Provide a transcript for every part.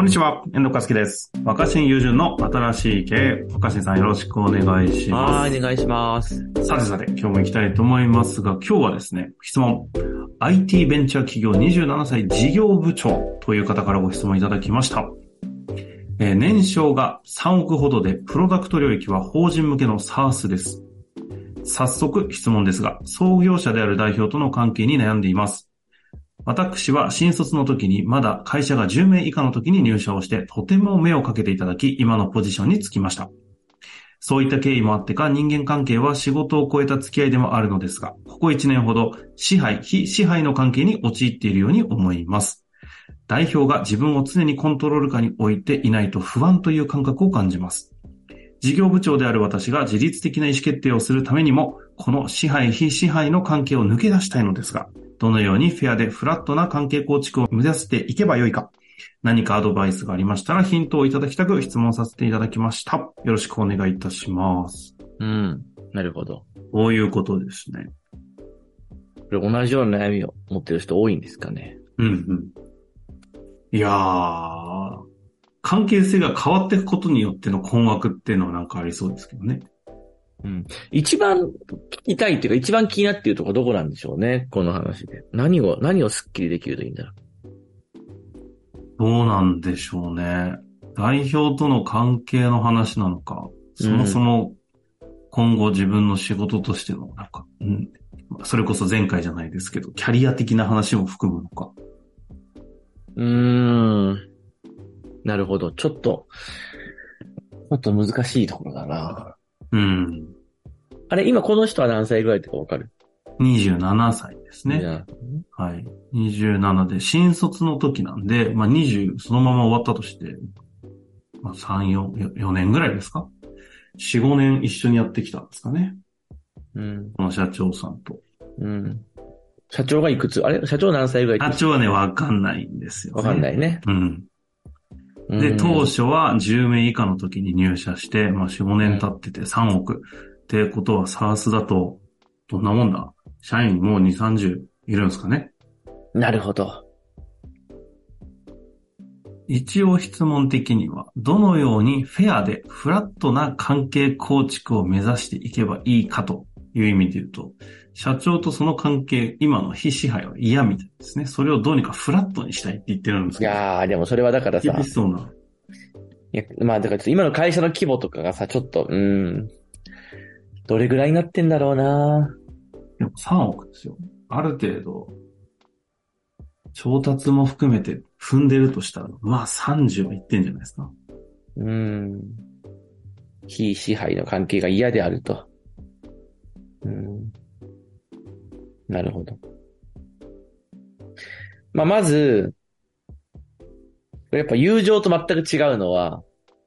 こんにちは、遠藤和樹です。若新友人の新しい経営。若新さんよろしくお願いします。 はい、お願いします。 さて、今日も行きたいと思いますが、今日はですね、質問。IT ベンチャー企業27歳事業部長という方からご質問いただきました。年商が3億ほどで、プロダクト領域は法人向けの SaaS です。早速質問ですが、創業者である代表との関係に悩んでいます。私は新卒の時にまだ会社が10名以下の時に入社をしてとても目をかけていただき今のポジションにつきました。そういった経緯もあってか人間関係は仕事を超えた付き合いでもあるのですが、ここ1年ほど支配、非支配の関係に陥っているように思います。代表が自分を常にコントロール下に置いていないと不安という感覚を感じます。事業部長である私が自律的な意思決定をするためにも、この支配、非支配の関係を抜け出したいのですが、どのようにフェアでフラットな関係構築を目指していけばよいか、何かアドバイスがありましたらヒントをいただきたく質問させていただきました。よろしくお願いいたします。 なるほど。 こういうことですね。 これ同じような悩みを持っている人多いんですかね。 いやー、関係性が変わっていくことによっての困惑っていうのはなんかありそうですけどね。 一番聞きたいっていうか一番気になっているところどこなんでしょうね、この話で。何をスッキリできるといいんだろう。 どうなんでしょうね。代表との関係の話なのか、そもそも今後自分の仕事としてのなんか、それこそ前回じゃないですけど、キャリア的な話も含むのか。 なるほど。ちょっと難しいところだな。あれ、今この人は何歳ぐらいとかわかる？ 27 歳ですね。はい。27で、新卒の時なんで、20そのまま終わったとして、3、4年ぐらいですか？ 4、5年一緒にやってきたんですかね。この社長さんと。 社長がいくつ？あれ？社長何歳ぐらい？ 社長はね、わかんないんですよね。 わかんないね。 で、当初は10名以下の時に入社して、4、5年経ってて3億。ってことは、SaaS だと、どんなもんだ？社員もう2、30いるんですかね。 なるほど。 一応質問的には、どのようにフェアでフラットな関係構築を目指していけばいいかという意味で言うと、社長とその関係、今の非支配は嫌みたいですね。それをどうにかフラットにしたいって言ってるんですけど。 いやー、でもそれはだからさ。 厳しそうな。 いや、だから今の会社の規模とかがさ、ちょっと、どれぐらいになってんだろうな。 でも3億ですよ。ある程度、調達も含めて踏んでるとしたら、30はいってんじゃないですか。 非支配の関係が嫌であると。なるほど。まず、やっぱ友情と全く違うのは、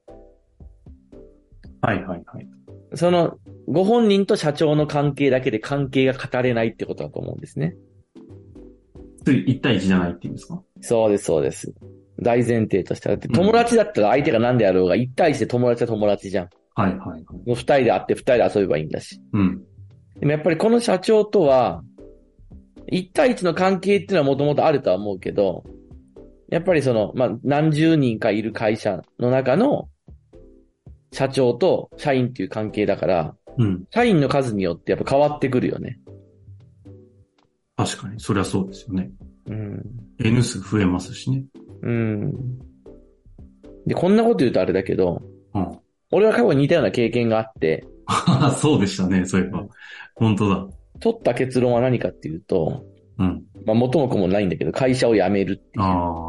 その、ご本人と社長の関係だけで関係が語れないってことだと思うんですね。 1対1じゃないって言うんですか？ そうです、そうです。大前提としては。だって友達だったら相手が何であろうが、1対1で友達は友達じゃん。2人で会って2人で遊べばいいんだし。でもやっぱりこの社長とは、1対1の関係っていうのはもともとあるとは思うけど、やっぱりその、何十人かいる会社の中の社長と社員っていう関係だから、社員の数によってやっぱ変わってくるよね。 確かに、そりゃそうですよね。N 数増えますしね。 で、こんなこと言うとあれだけど、俺は過去に似たような経験があって、 そうでしたね、そういえば。本当だ。 取った結論は何かっていうと、元も子もないんだけど、会社を辞めるっていう。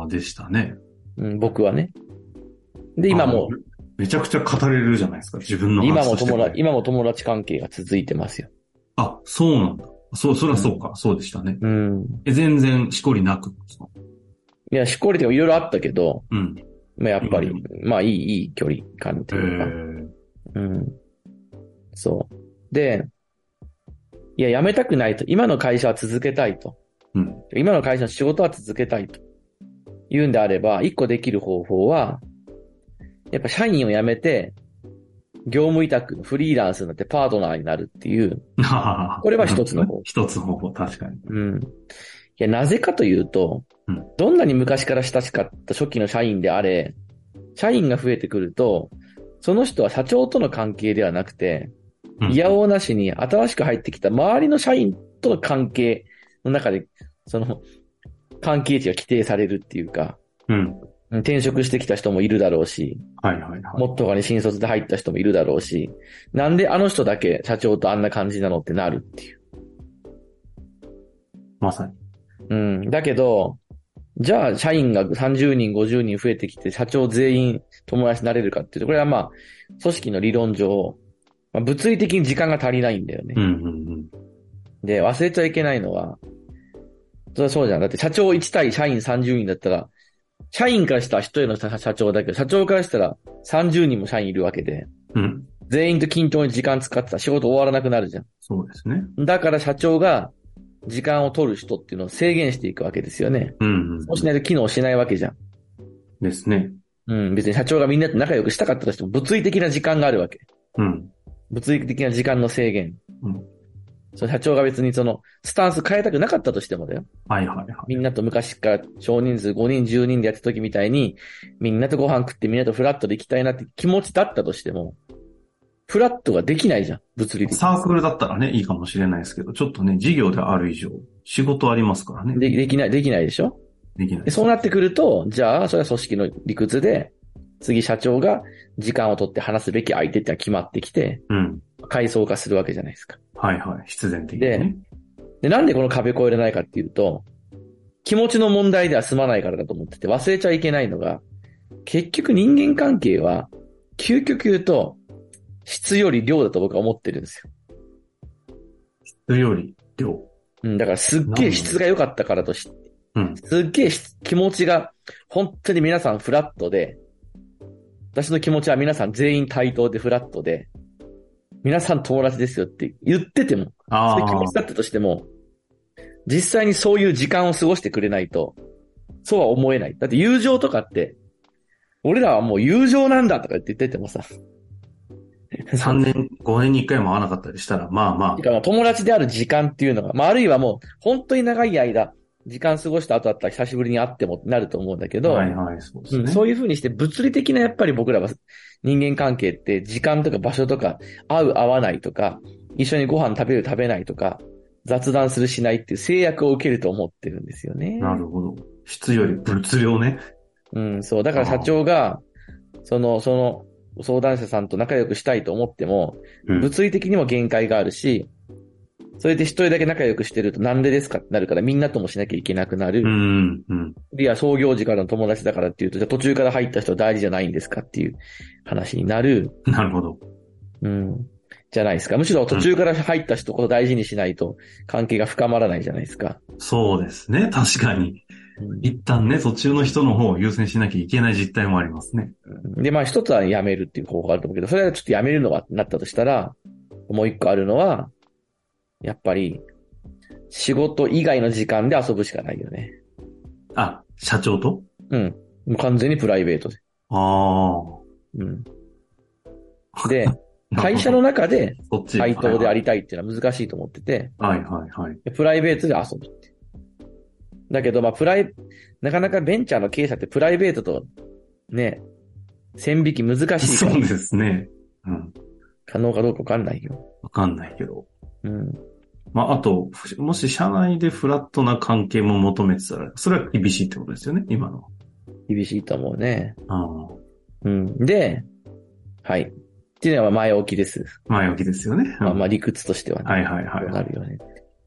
でしたね。 僕はね。で、今も。 めちゃくちゃ語れるじゃないですか、自分の話として。 今も友達関係が続いてますよ。 あ、そうなんだ。そりゃそうか、そうでしたね。全然しこりなくですか？ いや、しこりとかいろいろあったけど、やっぱり、いい距離感っていうか。そう。で、いや、辞めたくないと。今の会社は続けたいと。今の会社の仕事は続けたいと。言うんであれば、一個できる方法は、やっぱ社員を辞めて、業務委託、フリーランスになってパートナーになるっていう。これは一つの方法。 一つの方法、確かに。 や、なぜかというと、どんなに昔から親しかった初期の社員であれ、社員が増えてくると、その人は社長との関係ではなくて、いやおうなしに新しく入ってきた周りの社員との関係の中で、その関係値が規定されるっていうか、転職してきた人もいるだろうし、もっと他に新卒で入った人もいるだろうし、なんであの人だけ社長とあんな感じなのってなるっていう。 まさに。 だけど、じゃあ社員が30人、50人増えてきて社長全員友達になれるかっていうと、これはまあ、組織の理論上、物理的に時間が足りないんだよね。で、忘れちゃいけないのは、それはそうじゃん。だって社長1対社員30人だったら、社員からしたら1人の社長だけど、社長からしたら30人も社員いるわけで、全員と均等に時間使ってたら仕事終わらなくなるじゃん。 そうですね。 だから社長が時間を取る人っていうのを制限していくわけですよね。そうしないと機能しないわけじゃん。 ですね。 別に社長がみんなと仲良くしたかったとしても物理的な時間があるわけ。物理的な時間の制限。その社長が別にそのスタンス変えたくなかったとしてもだよ。みんなと昔から少人数5人10人でやった時みたいにみんなとご飯食ってみんなとフラットで行きたいなって気持ちだったとしても、フラットができないじゃん、物理的に。 サークルだったらね、いいかもしれないですけど、ちょっとね、事業である以上、仕事ありますからね。 できないでしょ？できない。そうなってくると、じゃあ、それは組織の理屈で、次社長が時間を取って話すべき相手ってのは決まってきて、階層化するわけじゃないですか。 必然的にね。 で、なんでこの壁越えれないかっていうと、気持ちの問題では済まないからだと思ってて、忘れちゃいけないのが、結局人間関係は、究極言うと、質より量だと僕は思ってるんですよ。 質より量。 だからすっげえ質が良かったからとして、すっげえ気持ちが、本当に皆さんフラットで、私の気持ちは皆さん全員対等でフラットで、皆さん友達ですよって言ってても、そういう気持ちだったとしても、実際にそういう時間を過ごしてくれないと、そうは思えない。だって友情とかって、俺らはもう友情なんだとか言っててもさ、 3年、5年に1回も会わなかったりしたら、まあ。 友達である時間っていうのが、あるいはもう、本当に長い間、時間過ごした後だったら久しぶりに会ってもなると思うんだけど、 そうですね。 そういう風にして物理的なやっぱり僕らは人間関係って時間とか場所とか、会う会わないとか、一緒にご飯食べる食べないとか、雑談するしないっていう制約を受けると思ってるんですよね。 なるほど。質より物量ね。 そう。だから社長が、その相談者さんと仲良くしたいと思っても、物理的にも限界があるし、それで一人だけ仲良くしてるとなんでですかってなるからみんなともしなきゃいけなくなる。いや、創業時からの友達だからっていうと、じゃあ途中から入った人は大事じゃないんですかっていう話になる。 なるほど。 じゃないですか。むしろ途中から入った人を大事にしないと関係が深まらないじゃないですか。 そうですね。確かに。一旦ね、途中の人の方を優先しなきゃいけない実態もありますね。 で、一つは辞めるっていう方法があると思うけど、それはちょっと辞めるのがなったとしたら、もう一個あるのは、やっぱり、仕事以外の時間で遊ぶしかないよね。 社長と？ もう完全にプライベートで。で、会社の中で対等でありたいっていうのは難しいと思ってて、プライベートで遊ぶって。だけど、なかなかベンチャーの経営者ってプライベートとね、線引き難しいから。 そうですね。 可能かどうかわかんないよ。 わかんないけど。あと、もし社内でフラットな関係も求めてたら、それは厳しいってことですよね、今の。 厳しいと思うね。で、はい。っていうのは前置きです。 前置きですよね。 理屈としてはね。なるよね。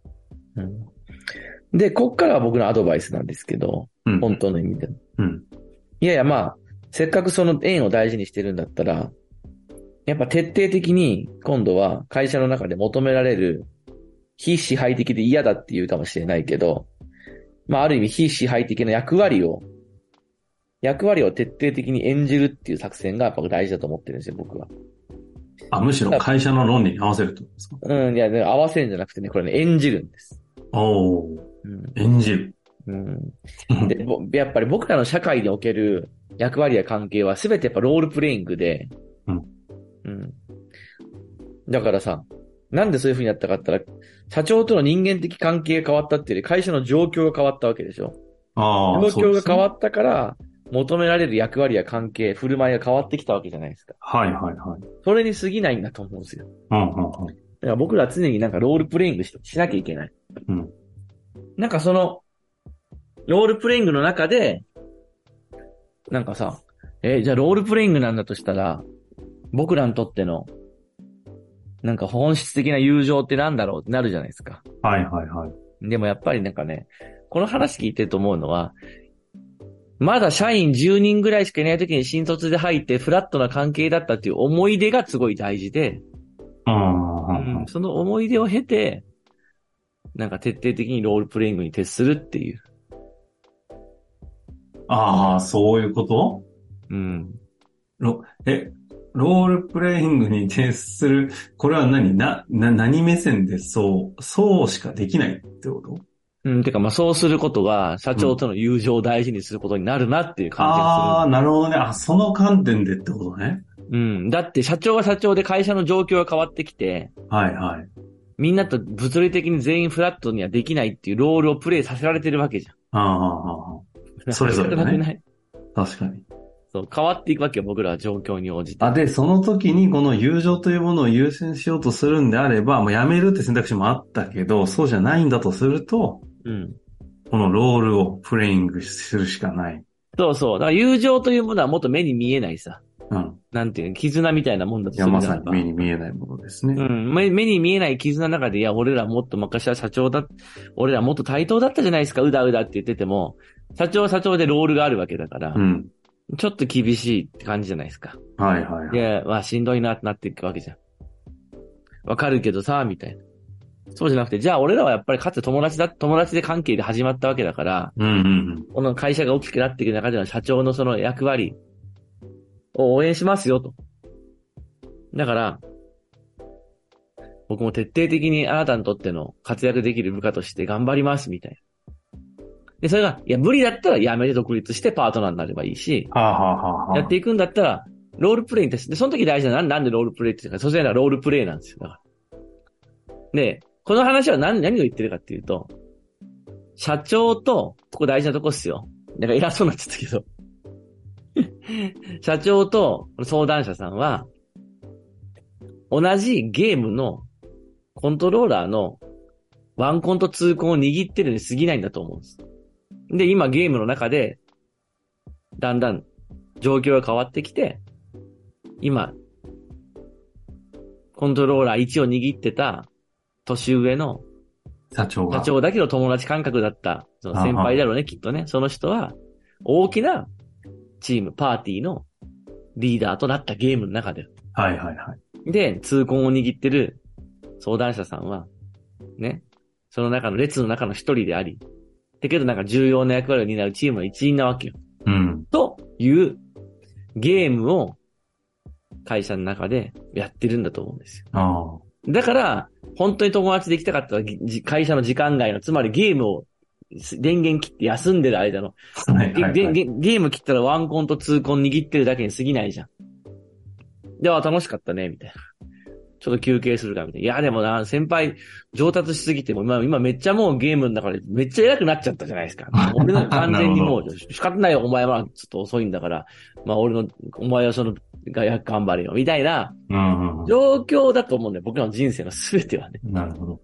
で、こっからは僕のアドバイスなんですけど、本当の意味で。いや、せっかくその縁を大事にしてるんだったら、やっぱ徹底的に今度は会社の中で求められる非支配的で嫌だって言うかもしれないけど、ある意味非支配的な役割を徹底的に演じるっていう作戦がやっぱ大事だと思ってるんですよ、僕は。 むしろ会社の論理に合わせるってことですか？ いや、合わせるんじゃなくてね、これね、演じるんです。 演じる。 で、やっぱり僕らの社会における役割や関係は全てやっぱロールプレイングで、だからさ、 なんでそういう風になったかって言ったら、社長との人間的関係が変わったっていうより、会社の状況が変わったわけでしょ。状況が変わったから、求められる役割や関係、振る舞いが変わってきたわけじゃないですか。 はいはいはい。 それに過ぎないんだと思うんですよ。 うんうんうん。 だから僕らは常になんかロールプレイングしなきゃいけない。 うん。 なんかその、ロールプレイングの中で、なんかさ、じゃあロールプレイングなんだとしたら、僕らにとっての、なんか本質的な友情ってなんだろうってなるじゃないですか。 はいはいはい。 でもやっぱりなんかね、この話聞いてると思うのは、まだ社員10人ぐらいしかいない時に新卒で入ってフラットな関係だったっていう思い出がすごい大事で、その思い出を経て、なんか徹底的にロールプレイングに徹するっていう。 ああ、そういうこと？ うん。 ロールプレイングに徹する、これは何目線でそうしかできないってこと？ てかまあそうすることが社長との友情を大事にすることになるなっていう感じがする。 ああ、なるほどね。その観点でってことね。 だって社長は社長で会社の状況が変わってきて。 はいはい。 みんなと物理的に全員フラットにはできないっていうロールをプレイさせられてるわけじゃん。 それぞれね。確かに。 そう、変わっていくわけよ、僕らは状況に応じて。 で、その時にこの友情というものを優先しようとするんであれば、やめるって選択肢もあったけど、そうじゃないんだとすると、このロールをプレイングするしかない。 そうそう。だから友情というものはもっと目に見えないさ。なんていうの、絆みたいなもんだとする。 まさに目に見えないものですね。 目に見えない絆の中で、いや、俺らもっと昔は社長俺らもっと対等だったじゃないですか、うだうだって言ってても、社長は社長でロールがあるわけだから、ちょっと厳しいって感じじゃないですか。 はいはいはい。 いや、しんどいなってなっていくわけじゃん。わかるけどさ、みたいな。そうじゃなくて、じゃあ俺らはやっぱりかつて友達で関係で始まったわけだから、この会社が大きくなっていく中での社長のその役割を応援しますよと。だから、僕も徹底的にあなたにとっての活躍できる部下として頑張りますみたいな。で、それが、いや、無理だったら辞めて独立してパートナーになればいいし、やっていくんだったら、ロールプレイに徹して、で、その時大事ななんでロールプレイって言うか、それはロールプレイなんですよ。だから。で、この話は何を言ってるかっていうと、社長と、ここ大事なとこっすよ。なんか偉そうになっちゃったけど。社長と相談者さんは、同じゲームのコントローラーのワンコンとツーコンを握ってるに過ぎないんだと思うんです。で、今ゲームの中で、だんだん状況が変わってきて、今、コントローラー1を握ってた年上の社長だけど友達感覚だった、その先輩だろうね、きっとね。その人は、大きなチーム、パーティーのリーダーとなったゲームの中で。 はいはいはい。 で、痛恨を握ってる相談者さんは、ね、その中の列の中の一人であり、だけどなんか重要な役割を担うチームの一員なわけよ。というゲームを会社の中でやってるんだと思うんですよ。だから、本当に友達できたかったら会社の時間外の、つまりゲームを電源切って休んでる間の、ゲーム切ったらワンコンとツーコン握ってるだけに過ぎないじゃん。では楽しかったね、みたいな。ちょっと休憩するか、みたいな。いや、でもな、先輩上達しすぎても、今めっちゃもうゲームの中でめっちゃ偉くなっちゃったじゃないですか。俺の完全にもう仕方ないよ、お前はちょっと遅いんだから、お前は頑張れよ、みたいな状況だと思うんだよ、僕の人生の全てはね。 なるほど。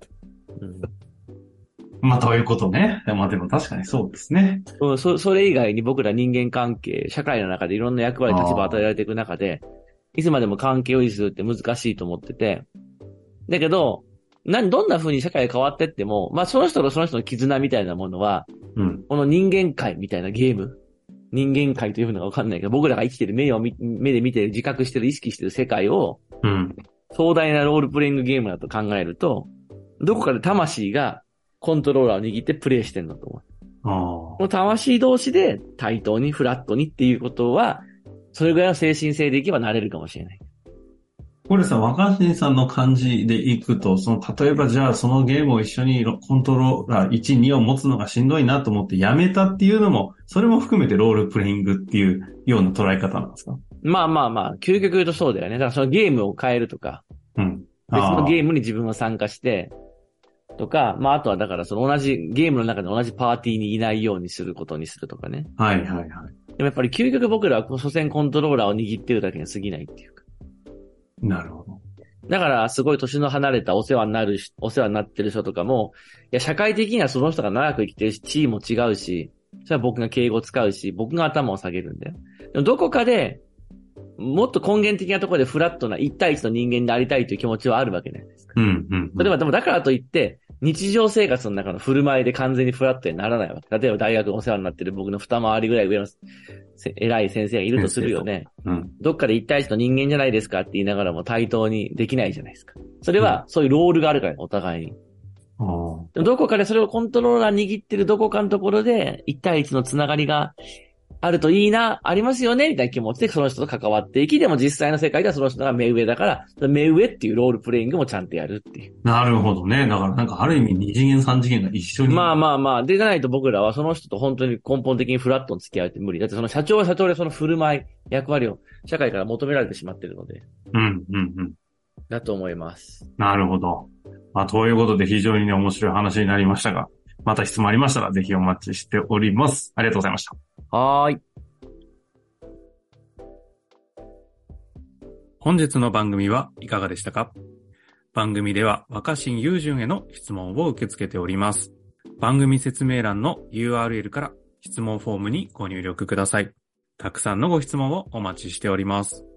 ということね。でも確かにそうですね。 それ以外に僕ら人間関係、社会の中でいろんな役割、立場を与えられていく中で、いつまでも関係を維持するって難しいと思ってて。だけど、どんな風に社会が変わってっても、その人とその人の絆みたいなものは、この人間界みたいなゲーム、人間界というのがわかんないけど、僕らが生きてる目で見てる、自覚してる、意識してる世界を、壮大なロールプレイングゲームだと考えると、どこかで魂がコントローラーを握ってプレイしてるんだと思う。この魂同士で対等にフラットにっていうことは、それぐらいの精神性でいけばなれるかもしれない。 これさ、若新さんの感じでいくと、例えばじゃあそのゲームを一緒にコントローラー1、2を持つのがしんどいなと思ってやめたっていうのも、それも含めてロールプレイングっていうような捉え方なんですか？ 究極言うとそうだよね。だからそのゲームを変えるとか、 別のゲームに自分は参加して、とか、まああとはだからその同じ、ゲームの中で同じパーティーにいないようにすることにするとかね。 はいはいはい。でもやっぱり究極僕らは所詮コントローラーを握ってるだけに過ぎないっていうか。 なるほど。 だからすごい年の離れたお世話になってる人とかも、いや社会的にはその人が長く生きてるし、地位も違うし、それは僕が敬語使うし、僕が頭を下げるんだよ。でもどこかで、もっと根源的なところでフラットな一対一の人間でありたいという気持ちはあるわけじゃないですか。 うんうん、うん。 それはでもだからといって、日常生活の中の振る舞いで完全にフラットにならないわけ。例えば大学お世話になってる僕の二回りぐらい上の偉い先生がいるとするよね。うん。どっかで一対一の人間じゃないですかって言いながらも対等にできないじゃないですか。それはそういうロールがあるから、お互いに。でもどこかでそれをコントローラー握ってるどこかのところで、一対一のつながりがあるといいな、ありますよね、みたいな気持ちでその人と関わっていき、でも実際の世界ではその人が目上だから、目上っていうロールプレイングもちゃんとやるっていう。 なるほどね。だからなんかある意味二次元三次元が一緒に。 まあまあまあ。でないと僕らはその人と本当に根本的にフラットに付き合うって無理。だってその社長は社長でその振る舞い、役割を社会から求められてしまっているので。 うんうんうん。だと思います。 なるほど。まあということで非常にね面白い話になりましたが、また質問ありましたらぜひお待ちしております。ありがとうございました。 はーい。 本日の番組はいかがでしたか？番組では若新雄純への質問を受け付けております。番組説明欄の URL から質問フォームにご入力ください。たくさんのご質問をお待ちしております。